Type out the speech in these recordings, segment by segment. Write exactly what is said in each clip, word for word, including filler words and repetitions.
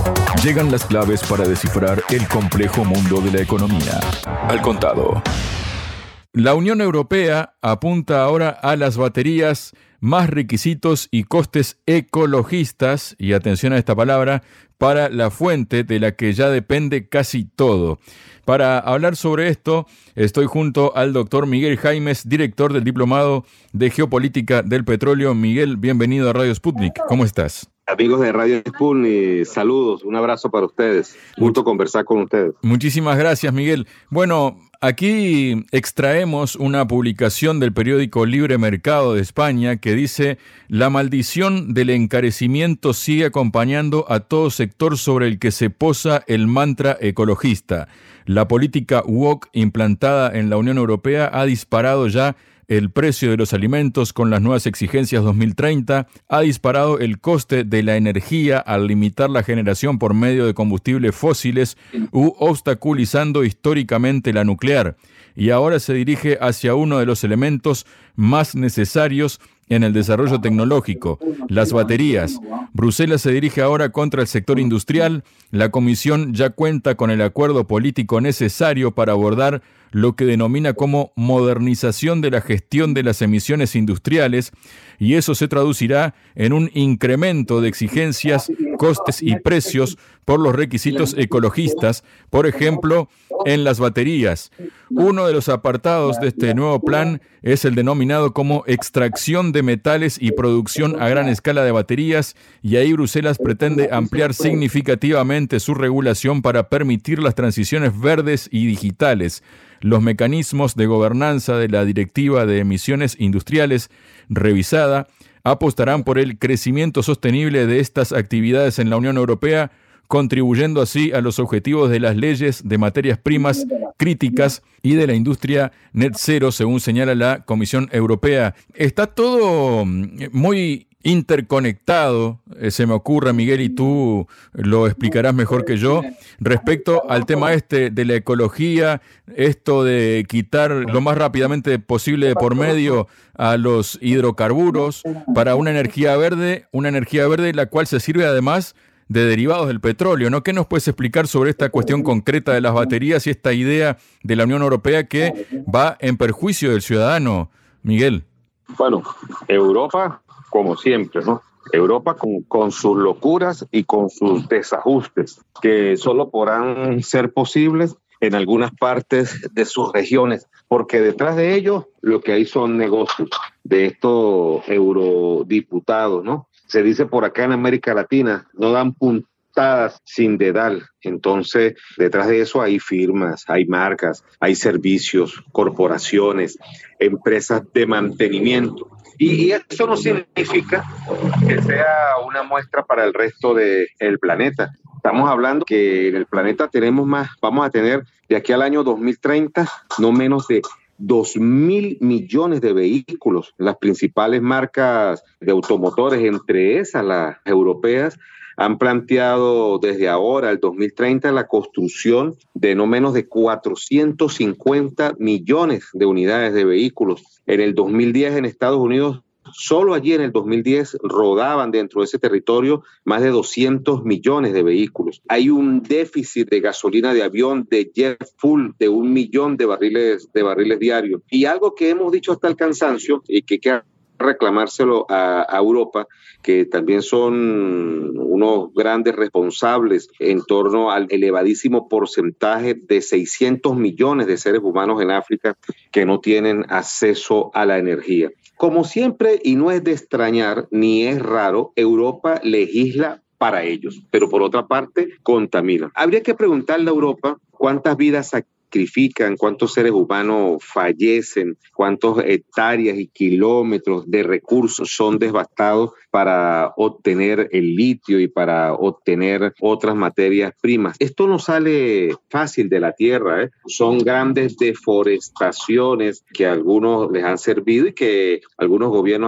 Llegan las claves para descifrar el complejo mundo de la economía. Al contado. La Unión Europea apunta ahora a las baterías, más requisitos y costes ecologistas, y atención a esta palabra, para la fuente de la que ya depende casi todo. Para hablar sobre esto, estoy junto al doctor Miguel Jaimes, director del Diplomado de Geopolítica del Petróleo. Miguel, bienvenido a Radio Sputnik. ¿Cómo estás? Amigos de Radio Sputnik, saludos, un abrazo para ustedes. Gusto conversar con ustedes. Muchísimas gracias, Miguel. Bueno, aquí extraemos una publicación del periódico Libre Mercado de España que dice: la maldición del encarecimiento sigue acompañando a todo sector sobre el que se posa el mantra ecologista. La política woke implantada en la Unión Europea ha disparado ya el precio de los alimentos con las nuevas exigencias dos mil treinta, ha disparado el coste de la energía al limitar la generación por medio de combustibles fósiles u obstaculizando históricamente la nuclear, y ahora se dirige hacia uno de los elementos más necesarios en el desarrollo tecnológico, las baterías. Bruselas se dirige ahora contra el sector industrial. La Comisión ya cuenta con el acuerdo político necesario para abordar lo que denomina como modernización de la gestión de las emisiones industriales, y eso se traducirá en un incremento de exigencias, costes y precios por los requisitos ecologistas, por ejemplo, en las baterías. Uno de los apartados de este nuevo plan es el denominado como extracción de metales y producción a gran escala de baterías, y ahí Bruselas pretende ampliar significativamente su regulación para permitir las transiciones verdes y digitales. Los mecanismos de gobernanza de la Directiva de Emisiones Industriales revisada apostarán por el crecimiento sostenible de estas actividades en la Unión Europea, contribuyendo así a los objetivos de las leyes de materias primas críticas y de la industria net cero, según señala la Comisión Europea. Está todo muy interconectado, eh, se me ocurre, Miguel, y tú lo explicarás mejor que yo, respecto al tema este de la ecología, esto de quitar lo más rápidamente posible de por medio a los hidrocarburos para una energía verde, una energía verde la cual se sirve además de derivados del petróleo, ¿no? ¿Qué nos puedes explicar sobre esta cuestión concreta de las baterías y esta idea de la Unión Europea que va en perjuicio del ciudadano, Miguel? Bueno, Europa, como siempre, ¿no? Europa con, con sus locuras y con sus desajustes, que solo podrán ser posibles en algunas partes de sus regiones, porque detrás de ellos lo que hay son negocios de estos eurodiputados, ¿no? Se dice por acá en América Latina, no dan puntadas sin dedal. Entonces, detrás de eso hay firmas, hay marcas, hay servicios, corporaciones, empresas de mantenimiento. Y, y eso no significa que sea una muestra para el resto del planeta. Estamos hablando que en el planeta tenemos más, vamos a tener de aquí al año dos mil treinta no menos de dos mil millones de vehículos. Las principales marcas de automotores, entre esas las europeas, han planteado desde ahora, el dos mil treinta, la construcción de no menos de cuatrocientos cincuenta millones de unidades de vehículos. En el dos mil diez en Estados Unidos, solo allí en el dos mil diez rodaban dentro de ese territorio más de doscientos millones de vehículos. Hay un déficit de gasolina de avión, de jet fuel, de un millón de barriles, de barriles diarios. Y algo que hemos dicho hasta el cansancio y que queda reclamárselo a, a Europa, que también son unos grandes responsables en torno al elevadísimo porcentaje de seiscientos millones de seres humanos en África que no tienen acceso a la energía. Como siempre, y no es de extrañar ni es raro, Europa legisla para ellos, pero por otra parte contamina. Habría que preguntarle a Europa cuántas vidas sacrifican, cuántos seres humanos fallecen, cuántas hectáreas y kilómetros de recursos son devastados para obtener el litio y para obtener otras materias primas. Esto no sale fácil de la tierra, ¿eh? Son grandes deforestaciones que a algunos les han servido y que algunos gobiernos han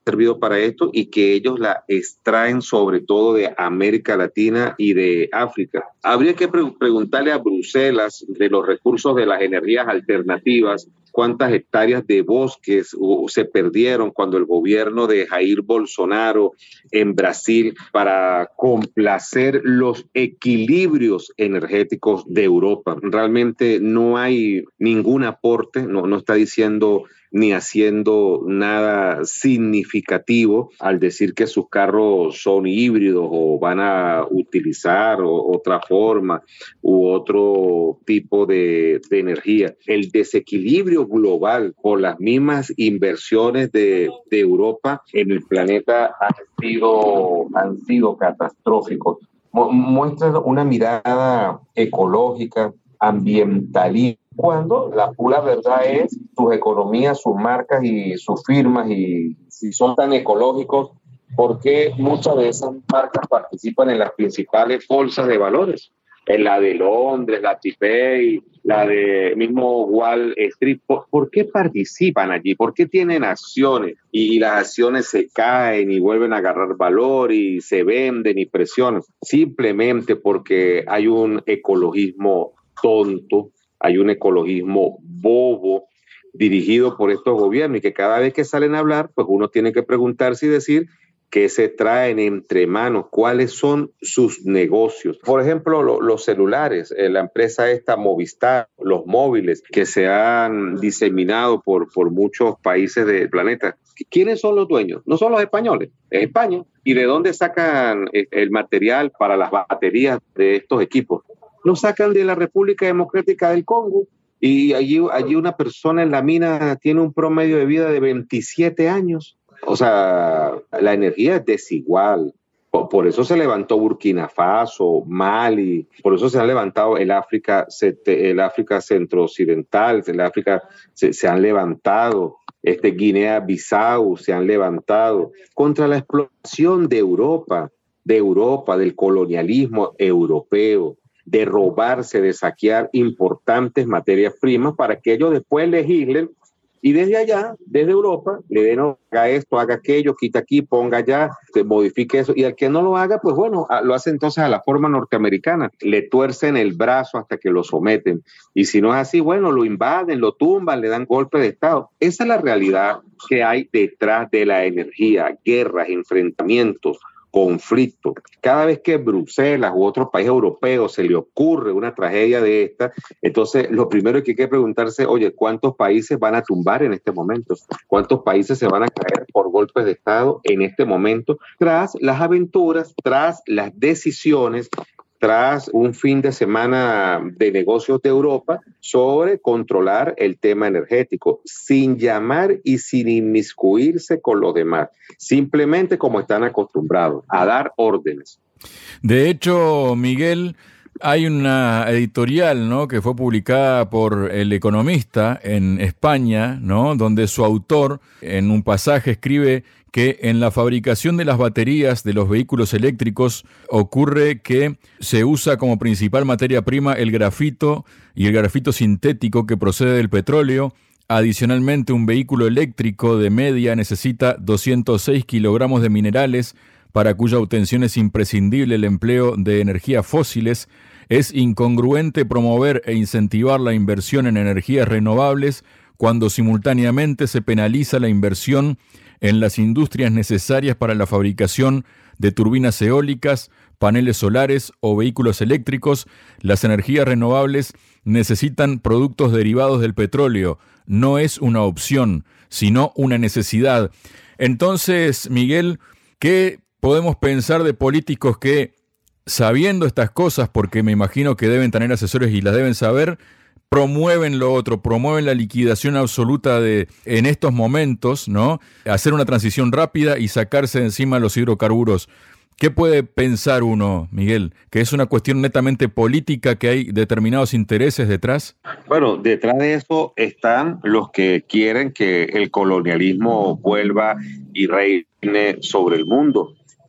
servido para esto y que ellos la extraen sobre todo de América Latina y de África. Habría que pre- preguntarle a Bruselas de los recursos de las energías alternativas, cuántas hectáreas de bosques uh, se perdieron cuando el gobierno de Jair Bolsonaro en Brasil, para complacer los equilibrios energéticos de Europa. Realmente no hay ningún aporte, no, no está diciendo ni haciendo nada significativo al decir que sus carros son híbridos o van a utilizar o, otra forma u otro tipo de, de energía. El desequilibrio global por las mismas inversiones de, de Europa en el planeta han sido, han sido catastróficos. Mu- muestran una mirada ecológica, ambientalista, cuando la pura verdad es sus economías, sus marcas y sus firmas, y si son tan ecológicos, ¿por qué muchas de esas marcas participan en las principales bolsas de valores? En la de Londres, la Taipei, la de mismo Wall Street. ¿Por, ¿Por qué participan allí? ¿Por qué tienen acciones? Y, y las acciones se caen y vuelven a agarrar valor y se venden y presionan. Simplemente porque hay un ecologismo tonto, hay un ecologismo bobo dirigido por estos gobiernos, y que cada vez que salen a hablar, pues uno tiene que preguntarse y decir qué se traen entre manos, cuáles son sus negocios. Por ejemplo, lo, los celulares, eh, la empresa esta Movistar, los móviles que se han diseminado por, por muchos países del planeta. ¿Quiénes son los dueños? No son los españoles, es España. ¿Y de dónde sacan el material para las baterías de estos equipos? Lo sacan de la República Democrática del Congo, y allí, allí una persona en la mina tiene un promedio de vida de veintisiete años. O sea, la energía es desigual. Por, por eso se levantó Burkina Faso, Mali, por eso se han levantado el África, el África centro-occidental, el África se, se han levantado, este Guinea-Bissau se han levantado contra la explotación de Europa, de Europa, del colonialismo europeo, de robarse, de saquear importantes materias primas para que ellos después legislen y desde allá, desde Europa, le den, haga esto, haga aquello, quita aquí, ponga allá, modifique eso. Y al que no lo haga, pues bueno, lo hace entonces a la forma norteamericana. Le tuercen el brazo hasta que lo someten. Y si no es así, bueno, lo invaden, lo tumban, le dan golpe de Estado. Esa es la realidad que hay detrás de la energía: guerras, enfrentamientos, conflicto. Cada vez que Bruselas u otro país europeo se le ocurre una tragedia de esta, entonces lo primero que hay que preguntarse, oye, ¿cuántos países van a tumbar en este momento? ¿Cuántos países se van a caer por golpes de Estado en este momento? Tras las aventuras, tras las decisiones, tras un fin de semana de negocios de Europa sobre controlar el tema energético, sin llamar y sin inmiscuirse con los demás, simplemente como están acostumbrados, a dar órdenes. De hecho, Miguel, hay una editorial, ¿no?, que fue publicada por El Economista en España, ¿no?, donde su autor en un pasaje escribe que en la fabricación de las baterías de los vehículos eléctricos ocurre que se usa como principal materia prima el grafito y el grafito sintético que procede del petróleo. Adicionalmente, un vehículo eléctrico de media necesita doscientos seis kilogramos de minerales, para cuya obtención es imprescindible el empleo de energías fósiles. Es incongruente promover e incentivar la inversión en energías renovables cuando simultáneamente se penaliza la inversión en las industrias necesarias para la fabricación de turbinas eólicas, paneles solares o vehículos eléctricos. Las energías renovables necesitan productos derivados del petróleo. No es una opción, sino una necesidad. Entonces, Miguel, ¿qué podemos pensar de políticos que, sabiendo estas cosas, porque me imagino que deben tener asesores y las deben saber, promueven lo otro, promueven la liquidación absoluta de, en estos momentos, ¿no?, hacer una transición rápida y sacarse de encima los hidrocarburos? ¿Qué puede pensar uno, Miguel? ¿Que es una cuestión netamente política, que hay determinados intereses detrás? Bueno, detrás de eso están los que quieren que el colonialismo vuelva y reine sobre el mundo.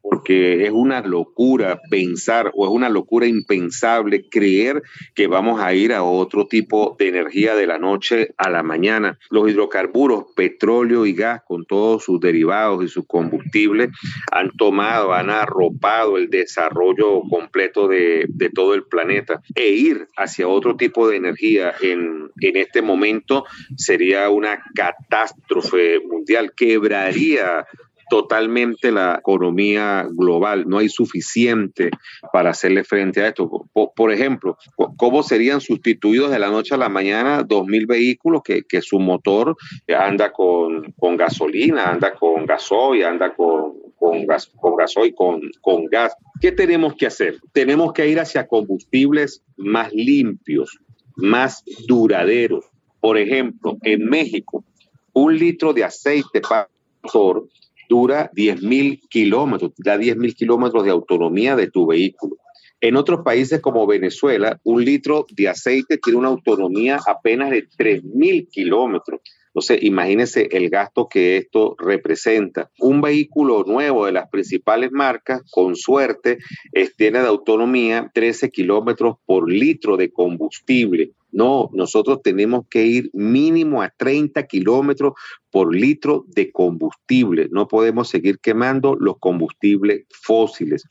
porque es una locura pensar o es una locura impensable creer que vamos a ir a otro tipo de energía de la noche a la mañana. Los hidrocarburos, petróleo y gas con todos sus derivados y sus combustibles han tomado, han arropado el desarrollo completo de, de todo el planeta, e ir hacia otro tipo de energía en, en este momento sería una catástrofe mundial, quebraría totalmente la economía global. No hay suficiente para hacerle frente a esto. Por, por ejemplo, ¿cómo serían sustituidos de la noche a la mañana dos mil vehículos que, que su motor anda con, con gasolina, anda con gasoil, anda con, con, gas, con gasoil, con, con gas? ¿Qué tenemos que hacer? Tenemos que ir hacia combustibles más limpios, más duraderos. Por ejemplo, en México, un litro de aceite para motor dura diez mil kilómetros, da diez mil kilómetros de autonomía de tu vehículo. En otros países como Venezuela, un litro de aceite tiene una autonomía apenas de tres mil kilómetros. Entonces, imagínense el gasto que esto representa. Un vehículo nuevo de las principales marcas, con suerte, es, tiene de autonomía trece kilómetros por litro de combustible. No, nosotros tenemos que ir mínimo a treinta kilómetros por litro de combustible. No podemos seguir quemando los combustibles fósiles.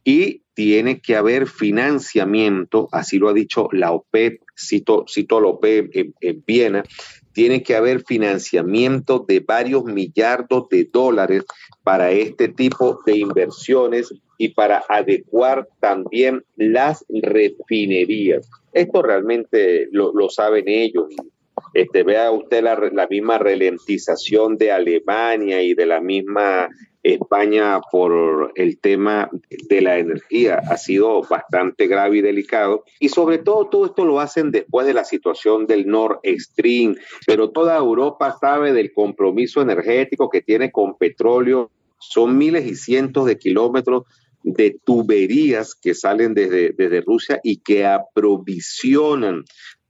Y tiene que haber financiamiento, así lo ha dicho la OPEP, cito, cito la OPEP en, en Viena, tiene que haber financiamiento de varios millardos de dólares para este tipo de inversiones y para adecuar también las refinerías. Esto realmente lo, lo saben ellos. Este, vea usted la, la misma ralentización de Alemania y de la misma España por el tema de la energía. Ha sido bastante grave y delicado, y sobre todo todo esto lo hacen después de la situación del Nord Stream, pero toda Europa sabe del compromiso energético que tiene con petróleo. Son miles y cientos de kilómetros de tuberías que salen desde, desde Rusia y que aprovisionan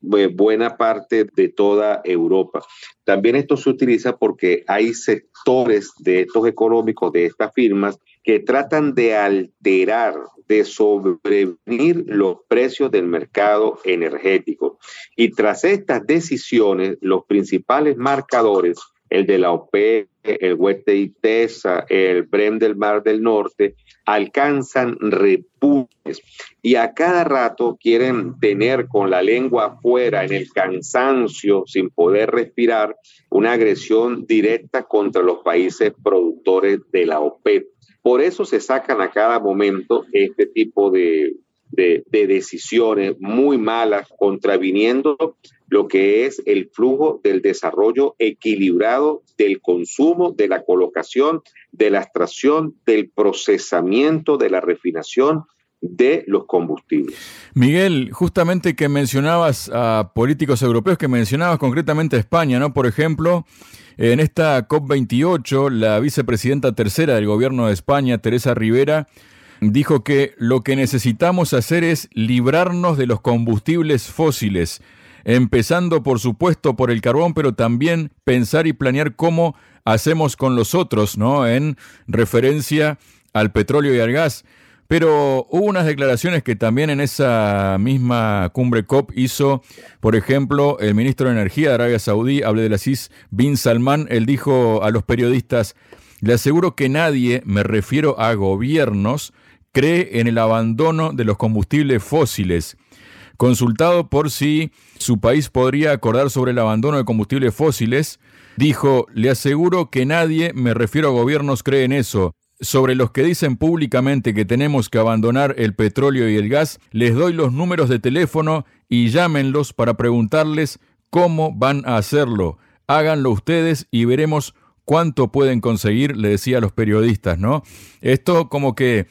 buena parte de toda Europa. También esto se utiliza porque hay sectores de estos económicos, de estas firmas, que tratan de alterar, de sobrevenir los precios del mercado energético. Y tras estas decisiones, los principales marcadores, el de la OPEP, el West y Tesa, el Brent del Mar del Norte, alcanzan repuntes y a cada rato quieren tener con la lengua afuera, en el cansancio, sin poder respirar, una agresión directa contra los países productores de la OPEP. Por eso se sacan a cada momento este tipo de, de, de decisiones muy malas, contraviniendo lo que es el flujo del desarrollo equilibrado del consumo, de la colocación, de la extracción, del procesamiento, de la refinación de los combustibles. Miguel, justamente que mencionabas a políticos europeos, que mencionabas concretamente a España, ¿no? Por ejemplo, en esta COP veintiocho, la vicepresidenta tercera del gobierno de España, Teresa Rivera, dijo que lo que necesitamos hacer es librarnos de los combustibles fósiles, empezando por supuesto por el carbón, pero también pensar y planear cómo hacemos con los otros, ¿no? En referencia al petróleo y al gas. Pero hubo unas declaraciones que también en esa misma cumbre COP hizo, por ejemplo, el ministro de Energía de Arabia Saudí, Abdelaziz bin Salman. Él dijo a los periodistas: le aseguro que nadie, me refiero a gobiernos, cree en el abandono de los combustibles fósiles. Consultado por si su país podría acordar sobre el abandono de combustibles fósiles, dijo: le aseguro que nadie, me refiero a gobiernos, cree en eso. Sobre los que dicen públicamente que tenemos que abandonar el petróleo y el gas, les doy los números de teléfono y llámenlos para preguntarles cómo van a hacerlo. Háganlo ustedes y veremos cuánto pueden conseguir, le decía a los periodistas, ¿no? Esto como que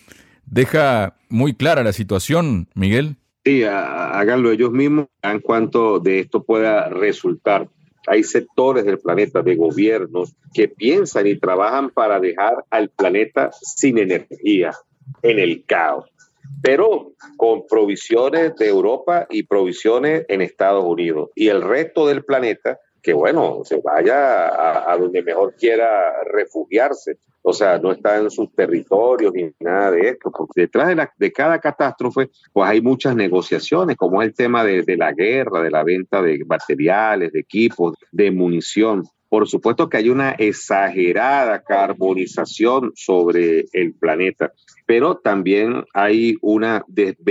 deja muy clara la situación, Miguel. Sí, háganlo ellos mismos en cuanto de esto pueda resultar. Hay sectores del planeta, de gobiernos, que piensan y trabajan para dejar al planeta sin energía, en el caos, pero con provisiones de Europa y provisiones en Estados Unidos. Y el resto del planeta, que bueno, se vaya a, a donde mejor quiera refugiarse. O sea, no está en sus territorios ni nada de esto, porque detrás de, la, de cada catástrofe pues hay muchas negociaciones, como es el tema de, de la guerra, de la venta de materiales, de equipos, de munición. Por supuesto que hay una exagerada carbonización sobre el planeta, pero también hay una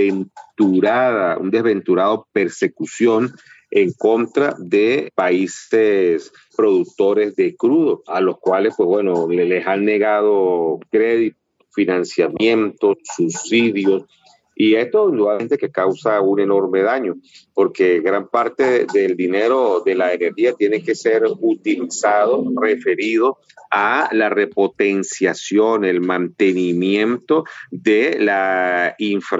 desventurada, un desventurado persecución en contra de países productores de crudo, a los cuales, pues bueno, les han negado crédito, financiamiento, subsidios, y esto indudablemente que causa un enorme daño, porque gran parte del dinero de la energía tiene que ser utilizado, referido a la repotenciación, el mantenimiento de la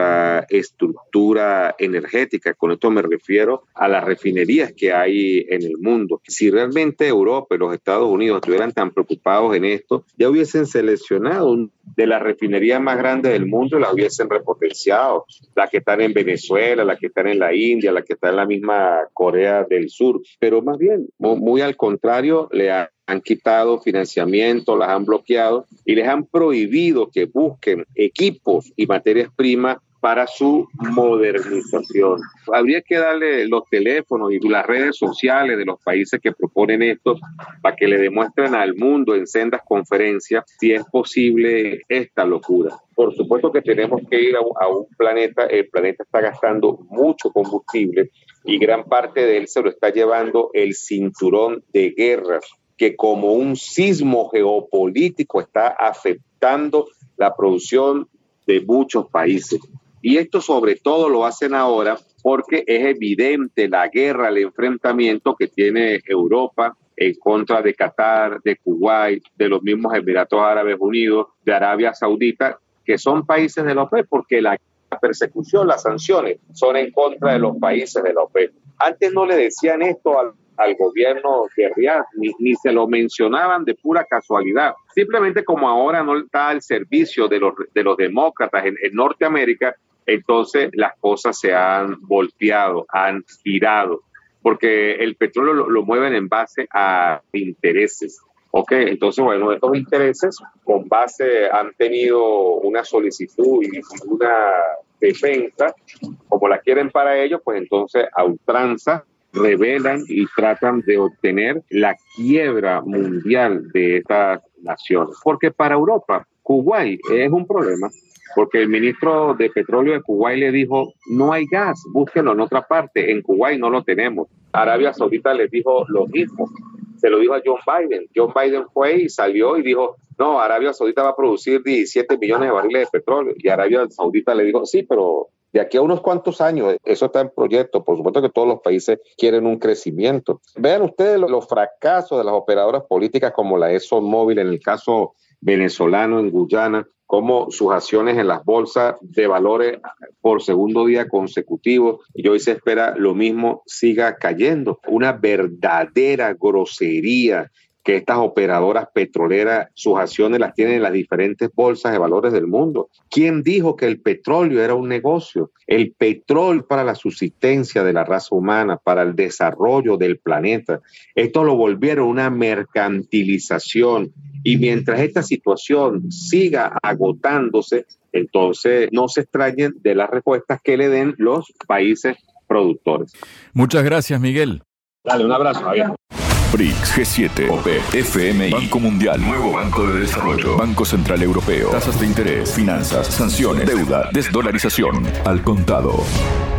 infraestructura energética. Con esto me refiero a las refinerías que hay en el mundo. Si realmente Europa y los Estados Unidos estuvieran tan preocupados en esto, ya hubiesen seleccionado de las refinerías más grandes del mundo y las hubiesen repotenciado. Las que están en Venezuela, las que están en la India, las que están en la misma Corea del Sur. Pero más bien, muy, muy al contrario, le han han quitado financiamiento, las han bloqueado y les han prohibido que busquen equipos y materias primas para su modernización. Habría que darle los teléfonos y las redes sociales de los países que proponen esto para que le demuestren al mundo en sendas conferencias si es posible esta locura. Por supuesto que tenemos que ir a un, a un planeta, el planeta está gastando mucho combustible y gran parte de él se lo está llevando el cinturón de guerras, que como un sismo geopolítico está afectando la producción de muchos países. Y esto sobre todo lo hacen ahora porque es evidente la guerra, el enfrentamiento que tiene Europa en contra de Qatar, de Kuwait, de los mismos Emiratos Árabes Unidos, de Arabia Saudita, que son países de la OPEP, porque la persecución, las sanciones son en contra de los países de la OPEP. Antes no le decían esto al al gobierno de Riad, ni, ni se lo mencionaban de pura casualidad. Simplemente como ahora no está al servicio de los, de los demócratas en, en Norteamérica, entonces las cosas se han volteado, han girado, porque el petróleo lo, lo mueven en base a intereses. Ok, entonces, bueno, estos intereses con base han tenido una solicitud y una defensa, como la quieren para ellos, pues entonces a ultranza revelan y tratan de obtener la quiebra mundial de estas naciones. Porque para Europa, Kuwait es un problema, porque el ministro de Petróleo de Kuwait le dijo, no hay gas, búsquenlo en otra parte, en Kuwait no lo tenemos. Arabia Saudita les dijo lo mismo, se lo dijo a John Biden. John Biden fue y salió y dijo, no, Arabia Saudita va a producir diecisiete millones de barriles de petróleo. Y Arabia Saudita le dijo, sí, pero de aquí a unos cuantos años, eso está en proyecto. Por supuesto que todos los países quieren un crecimiento. Vean ustedes los, los fracasos de las operadoras políticas como la ExxonMobil en el caso venezolano en Guyana, como sus acciones en las bolsas de valores por segundo día consecutivo, y hoy se espera lo mismo siga cayendo. Una verdadera grosería que estas operadoras petroleras, sus acciones las tienen en las diferentes bolsas de valores del mundo. ¿Quién dijo que el petróleo era un negocio? El petróleo para la subsistencia de la raza humana, para el desarrollo del planeta. Esto lo volvieron una mercantilización. Y mientras esta situación siga agotándose, entonces no se extrañen de las respuestas que le den los países productores. Muchas gracias, Miguel. Dale, un abrazo, Javier. B R I C S, G siete, OPEP, F M I, Banco Mundial, Nuevo Banco de Desarrollo, Banco Central Europeo, tasas de interés, finanzas, sanciones, deuda, desdolarización, al contado.